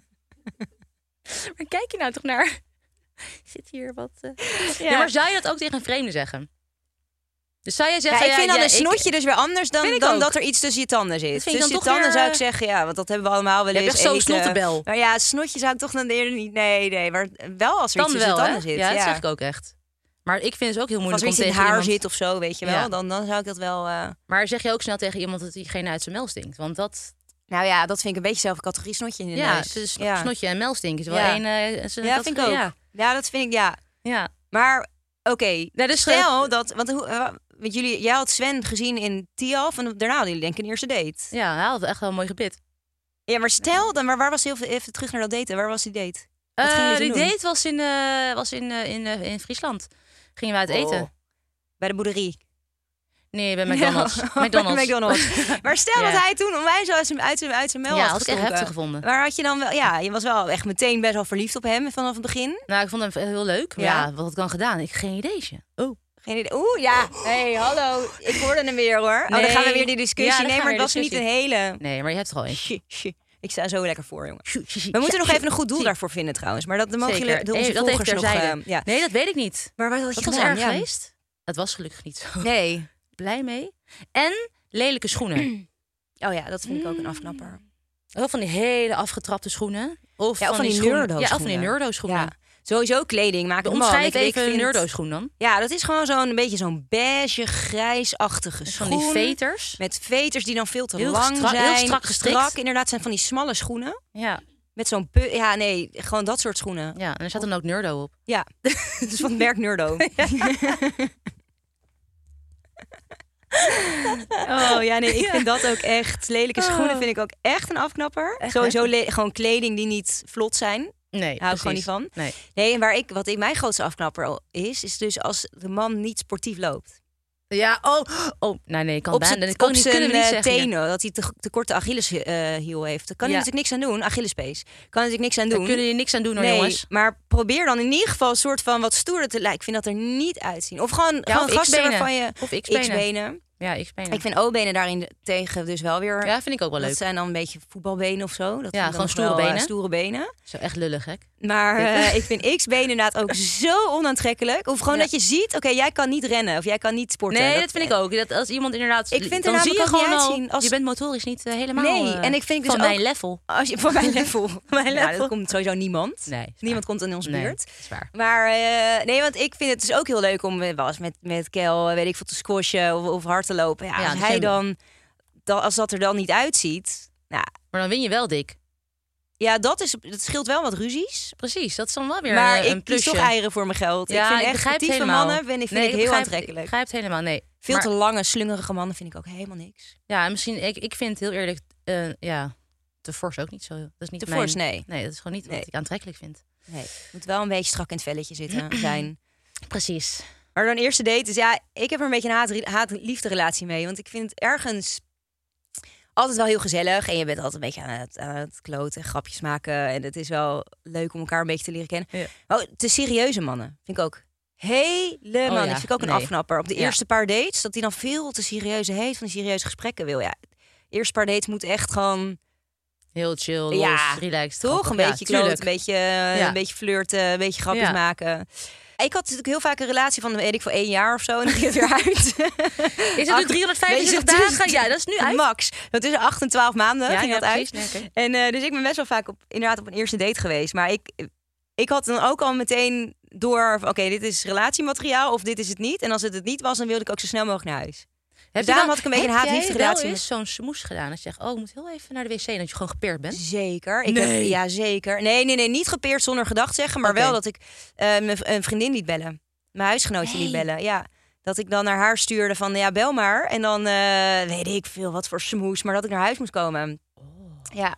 Maar kijk je nou toch naar... Zit hier wat... Uh... Ja. Ja, maar zou je dat ook tegen een vreemde zeggen? Dus zou jij zeggen... Ja, ik vind dan ja, een snotje dus weer anders Vind dan, ik dan ook. dat er iets tussen je tanden zit. Dat vind ik Tussen je dan toch tanden weer, zou ik zeggen, ja, want dat hebben we allemaal wel Je eens hebt echt zo'n eten. snottenbel. Maar ja, snotje zou ik toch dan eerder niet... Nee, nee, maar wel als er iets Dan tussen wel, je hè? tanden zit. Ja, dat zeg ik ook echt. Maar ik vind het dus ook heel Of moeilijk als er om iets in tegen het haar iemand... zit of zo, weet je wel. Ja. Dan, dan zou ik dat wel... Uh... Maar zeg je ook snel tegen iemand dat diegene uit zijn mel stinkt? Want dat... Nou ja, dat vind ik een beetje zelfde categorie snotje in de Ja, neus. dus ja. snotje en mel stinken is wel Ja. één... Uh, is een Ja, vind ik ook. categorie, Ja. ja, dat vind ik, ja. Ja. ja. Maar, oké, okay, Ja, dus stel dat... Want, hoe, uh, want jullie, jij had Sven gezien in Tialf en daarna hadden jullie denk ik een eerste date. Ja, hij had echt wel een mooi gebit. Ja, maar stel, dan, maar waar was hij, even, even terug naar dat daten, waar was die date? Wat Uh, gingen die jullie doen? date was in, uh, was in, uh, in, uh, in Friesland. Gingen we uit eten. Oh, bij de boerderie. Nee, bij McDonald's. Ja. McDonald's. McDonald's. Maar stel Ja. dat hij toen onwijs uit zijn, uit zijn, uit zijn mel Ja, had had ik echt gestonken. heftig gevonden. Maar had je dan wel... Ja, je was wel echt meteen best wel verliefd op hem vanaf het begin. Nou, ik vond hem heel leuk. Maar Ja. ja, wat had ik dan gedaan? Ik geen ideetje. Oh. Geen idee. Oeh, ja. Hé, hey, hallo. Ik hoorde hem weer, hoor. Oh, dan Nee. gaan we weer die discussie. Ja, dan nee, gaan maar we het was weer niet een discussie. hele... Nee, maar je hebt er al één. Shit, shit. Ik sta zo lekker voor, jongen. We We moeten nog even een goed doel daarvoor vinden, trouwens. Maar dat mogen jullie de onze dat volgers even nog... terzijde. Uh, ja. Nee, dat weet ik niet. Maar wat had je Dat was gedaan? erg Ja. geweest. Het was gelukkig niet zo. Nee. Blij mee. En lelijke schoenen. Oh ja, dat vind ik ook een afknapper. Of van die hele afgetrapte schoenen. Of, Ja, of van die schoenen- nerdo Ja, of van die schoenen. nerdo schoenen. Ja. Sowieso kleding maakt hem Omschrijf man. Ik- even ik een vind- nerdo schoen dan. Ja, dat is gewoon zo'n een beetje zo'n beige, grijsachtige Van schoen. die veters. Met veters die dan veel te Heel lang strak- heel zijn. strak gestrikt. Strak, inderdaad, zijn van die smalle schoenen. Ja. Met zo'n... pu- Ja, nee, gewoon dat soort schoenen. ja, en er zat dan ook nerdo op. Ja, het is van het merk Nerdo. Oh ja, nee, ik vind dat ook echt... Lelijke schoenen Oh. vind ik ook echt een afknapper. Echt, Sowieso le- gewoon kleding die niet vlot zijn. Nee, Hou ik gewoon niet van. Nee. Nee, en waar ik, wat ik mijn grootste afknapper al is, is dus als de man niet sportief loopt. Ja, oh, oh, nee, nee, ik kan Op bijna, zijn, dat kan op niet, zijn kunnen we niet eh, zeggen. hier. tenen, dat hij te, te korte Achilleshiel heeft. Daar kan Ja. hij natuurlijk niks aan doen. Achillespees. Kan hij natuurlijk niks aan Daar doen. kunnen jullie niks aan doen, hoor, nee, jongens. maar probeer dan in ieder geval een soort van wat stoerder te lijken. Ik vind dat er niet uitzien. Of gewoon, Ja, gewoon of gasten X-benen. waarvan je... Of X-benen. X-benen. Ja, X-benen. Ik vind O-benen daarin tegen dus wel weer... Ja, vind ik ook wel dat leuk. zijn dan een beetje voetbalbenen of zo. Dat Ja, vind ik gewoon dan stoere wel, eh, benen. stoere benen. Zo echt lullig, hè? Maar eh, ik vind X-benen inderdaad ook zo onaantrekkelijk. Of gewoon Ja. dat je ziet, oké, jij kan niet rennen of jij kan niet sporten. Nee, dat vind ik ook. Dat als iemand inderdaad... Ik vind er dan namelijk zie je ook niet gewoon al... uitzien als- Je bent motorisch niet eh, helemaal Nee, eh, en ik vind dus van ook- mijn level. Als je, voor mijn level. Mijn Ja, level. dat komt sowieso niemand. Nee, is waar. Niemand komt in onze Nee, buurt. dat is waar. Maar eh, nee, want ik vind het dus ook heel leuk om eh, wel eens met, met Kel, eh, weet ik veel, te squashen of, of hard te lopen. Ja, Ja, als dat hij vind ik- dan, dan, als dat er dan niet uitziet. Nou, Maar dan win je wel dik. ja, dat, is, dat scheelt wel wat ruzies. Precies, dat is dan wel weer maar een, ik een kies plusje. toch eieren voor mijn geld. Ja, ik vind ik echt begrijp het sportieve helemaal. mannen vind, ik- vind Nee, ik heel begrijp- aantrekkelijk. Ik begrijp het helemaal, nee. Veel Maar- te lange, slungerige mannen vind ik ook helemaal niks. Ja, en misschien, ik, ik vind het heel eerlijk, eh, ja, te fors ook niet zo. Dat is niet Te mijn, fors, nee. Nee, dat is gewoon niet Nee. wat ik aantrekkelijk vind. Nee, het moet wel een beetje strak in het velletje zitten zijn. Precies. Maar dan eerste date, dus ja, ik heb er een beetje een haat- haat-liefde relatie mee. Want ik vind het ergens altijd wel heel gezellig. En je bent altijd een beetje aan het, aan het kloten, grapjes maken. En het is wel leuk om elkaar een beetje te leren kennen. Ja. Oh, te serieuze mannen vind ik ook helemaal. Oh ja, Dat vind ik ook een nee. afknapper. Op de Ja. eerste paar dates, dat hij dan veel te serieus heet, van die serieuze gesprekken wil. Ja, eerste paar dates moet echt gewoon, Heel chill, los, Ja, relaxed. toch? grappig. Een Ja, beetje kloot, tuurlijk. een beetje, eh, Ja. een beetje flirten, een beetje grapjes Ja. maken. Ik had natuurlijk heel vaak een relatie van, weet ik, voor één jaar of zo. En dan ging het weer uit. Is het nu Ach, driehonderdvijfenzestig weet je, dagen? Ja, dat is nu uit. Max. Dat tussen acht en twaalf maanden Ja, ging ja, dat uit. precies. Nee, oké. En eh, dus ik ben best wel vaak op, inderdaad op een eerste date geweest. Maar ik, ik had dan ook al meteen door, van, oké, dit is relatiemateriaal of dit is het niet. En als het het niet was, dan wilde ik ook zo snel mogelijk naar huis. Heb daarom je had ik een beetje een heb haat-liefde jij wel relatie eens zo'n smoes gedaan? Dat je zegt, oh, ik moet heel even naar de wc. En dat je gewoon gepeerd bent. Zeker. Ik Nee. heb, ja, zeker. Nee, nee, nee, niet gepeerd zonder gedacht zeggen. Maar Oké. wel dat ik eh, mijn een vriendin liet bellen. Mijn huisgenootje liet Nee. bellen, ja. Dat ik dan naar haar stuurde van, ja, bel maar. En dan eh, weet ik veel wat voor smoes. Maar dat ik naar huis moest komen. Ja.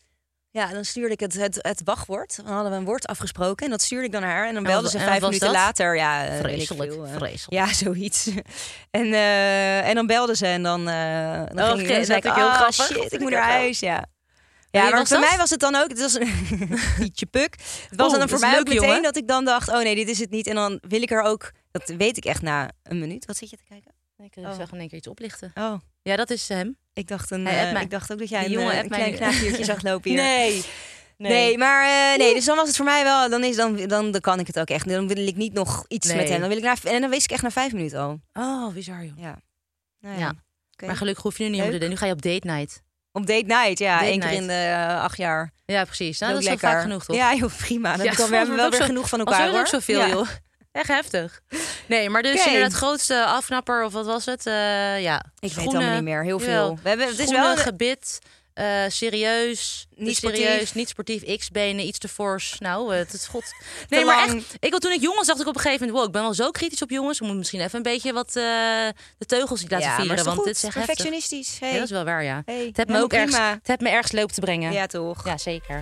Ja, dan stuurde ik het, het, het wachtwoord. Dan hadden we een woord afgesproken. En dat stuurde ik dan naar haar. En dan En belde wat- ze en vijf wat was minuten dat? later. Ja, eh, weet ik Vreselijk, veel, eh. vreselijk. Ja, zoiets. En, eh, en dan belde ze. En dan, eh dan, Oh, ging, oké, dan zei dat ik, vind ik heel oh grappig. shit, Dat ik vind moet ik naar heel huis. Ja. wie Ja, maar was voor dat? mij was het dan ook, het was een Pietje Puk. Het was Oeh, dan dat voor is mij ook leuk, meteen jongen. dat ik dan dacht, oh nee, dit is het niet. En dan wil ik er ook, dat weet ik echt na een minuut. Wat zit je te kijken? Ik eh, Oh. zag in één keer iets oplichten. Oh, Ja, dat is hem. ik dacht, een, Hij appt eh, mij. ik dacht ook dat jij Die een, jongen eh, appt een mij klein nu. knaagdiertje zag lopen hier. Nee. Nee, maar eh, nee, dus dan was het voor mij wel, dan, is, dan, dan, dan kan ik het ook echt. Dan wil ik niet nog iets Nee. met hem. Dan wil ik na, en dan wist ik echt na vijf minuten al. Oh, bizar joh. Ja. Nou Ja. Oké. Maar gelukkig hoef je nu niet Leuk. meer te doen. Nu ga je op date night. Op date night, ja. Date één keer night. in de eh, acht jaar. Ja, precies. Nou, Ook dat is wel lekker. vaak genoeg, toch? Ja, heel prima. Dan Ja, heb ik dan, we soms hebben wel wordt weer ook zo- genoeg van Als elkaar, er ook hoor. zoveel, Ja. joh. Echt heftig. Nee, maar dus Oké. inderdaad grootste afknapper, of wat was het? Eh, ja, Ik weet het schoenen, allemaal niet meer. Heel jawel. veel. We hebben, het is Schoenen, wel een- gebit, eh, serieus, Niet niet sportief. serieus, niet sportief, x-benen, iets te fors. Nou, eh, het is god. Nee, Te maar lang. echt, ik, toen ik jongens dacht ik op een gegeven moment, wow, ik ben wel zo kritisch op jongens. We moeten misschien even een beetje wat eh, de teugels niet laten ja, maar vieren, is toch want goed? dit is echt heftig. Perfectionistisch. Hey. Ja, dat is wel waar, ja. Hey, Het heeft me helemaal ook ergens, prima. het heeft me ergens loop te brengen. Ja, toch. Ja, zeker.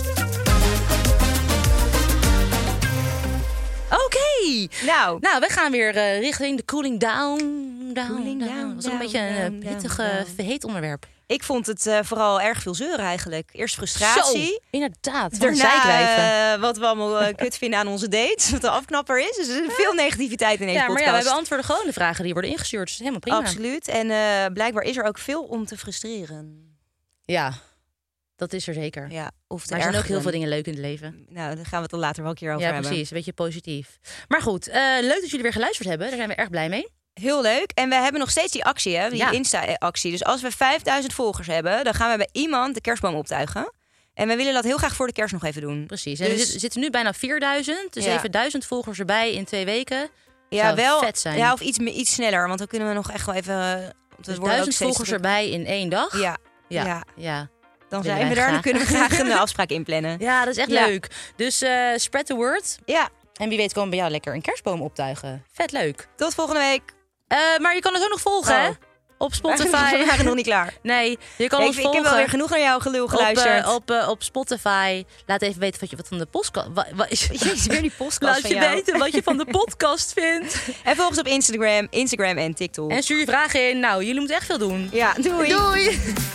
Oké. Nou, Nou, we gaan weer eh, richting de cooling down. down, Cooling down. down, Dat is een down, beetje een eh, down, pittig, down, eh, down. verheet onderwerp. ik vond het eh, vooral erg veel zeuren eigenlijk. Eerst frustratie. Zo, inderdaad. Van Daarna zijkwijven. eh, wat we allemaal eh, kut vinden aan onze dates. Wat de afknapper is. Dus er is veel negativiteit in deze Ja, maar podcast. ja, wij beantwoorden gewoon de vragen die worden ingestuurd. Dus helemaal prima. Absoluut. En eh, blijkbaar is er ook veel om te frustreren. Ja, dat is er zeker. Ja, of te Maar er zijn ook heel ergeren. veel dingen leuk in het leven. Nou, daar gaan we het er later wel een keer over Ja, hebben. precies. Een beetje positief. Maar goed, eh, leuk dat jullie weer geluisterd hebben. Daar zijn we erg blij mee. Heel leuk. En we hebben nog steeds die actie, hè? Die Ja. Insta-actie. Dus als we vijfduizend volgers hebben, dan gaan we bij iemand de kerstboom optuigen. En we willen dat heel graag voor de kerst nog even doen. Precies. En we Dus- zitten- zitten nu bijna vierduizend. Dus Ja. even duizend volgers erbij in twee weken. Ja, Zou wel. vet zijn. Ja, of iets, me- iets sneller, want dan kunnen we nog echt wel even. eh, want we Dus worden ook duizend steeds volgers druk. erbij in één dag. Ja, Ja. ja. ja. Dan Willen zijn we wij er. Dan graag. kunnen we graag een afspraak inplannen. Ja, dat is echt Ja. leuk. Dus eh, spread the word. Ja, En wie weet komen we bij jou lekker een kerstboom optuigen. Vet leuk. tot volgende week. Eh, maar je kan ons ook nog volgen, Oh. hè? Op We Spotify. waren nog niet klaar. Nee, je kan Ik, ons ik volgen. heb wel weer genoeg naar jouw gelul op, geluisterd. eh, op, eh, op Spotify. Laat even weten wat je wat van de podcast... Wa, wa- Jezus, weer die podcast Laat van je jou. weten wat je van de podcast vindt. En volg ons op Instagram, Instagram en TikTok. En stuur je vragen in. Nou, jullie moeten echt veel doen. Ja, doei. Doei!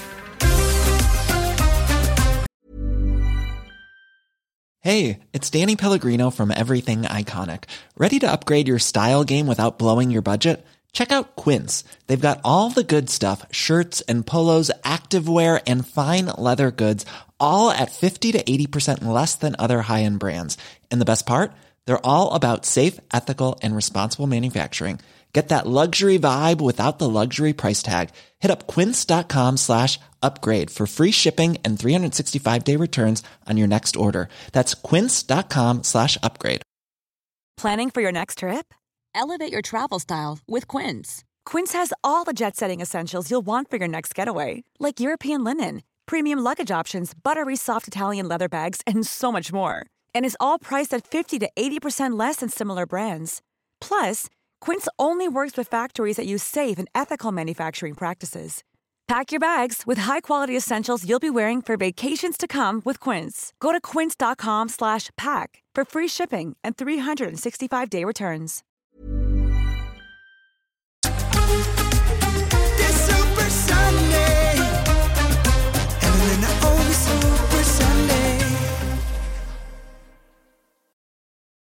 Hey, it's Danny Pellegrino from Everything Iconic. Ready to upgrade your style game without blowing your budget? Check out Quince. They've got all the good stuff, shirts and polos, activewear, and fine leather goods, all at fifty to eighty percent less than other high-end brands. And the best part? They're all about safe, ethical, and responsible manufacturing. Get that luxury vibe without the luxury price tag. Hit up quince.com slash upgrade for free shipping and three sixty-five day returns on your next order. That's quince.com slash upgrade. Planning for your next trip? Elevate your travel style with Quince. Quince has all the jet-setting essentials you'll want for your next getaway, like European linen, premium luggage options, buttery soft Italian leather bags, and so much more. And is all priced at fifty to eighty percent less than similar brands. Plus, Quince only works with factories that use safe and ethical manufacturing practices. Pack your bags with high-quality essentials you'll be wearing for vacations to come with Quince. Go to quince.com slash pack for free shipping and three sixty-five day returns.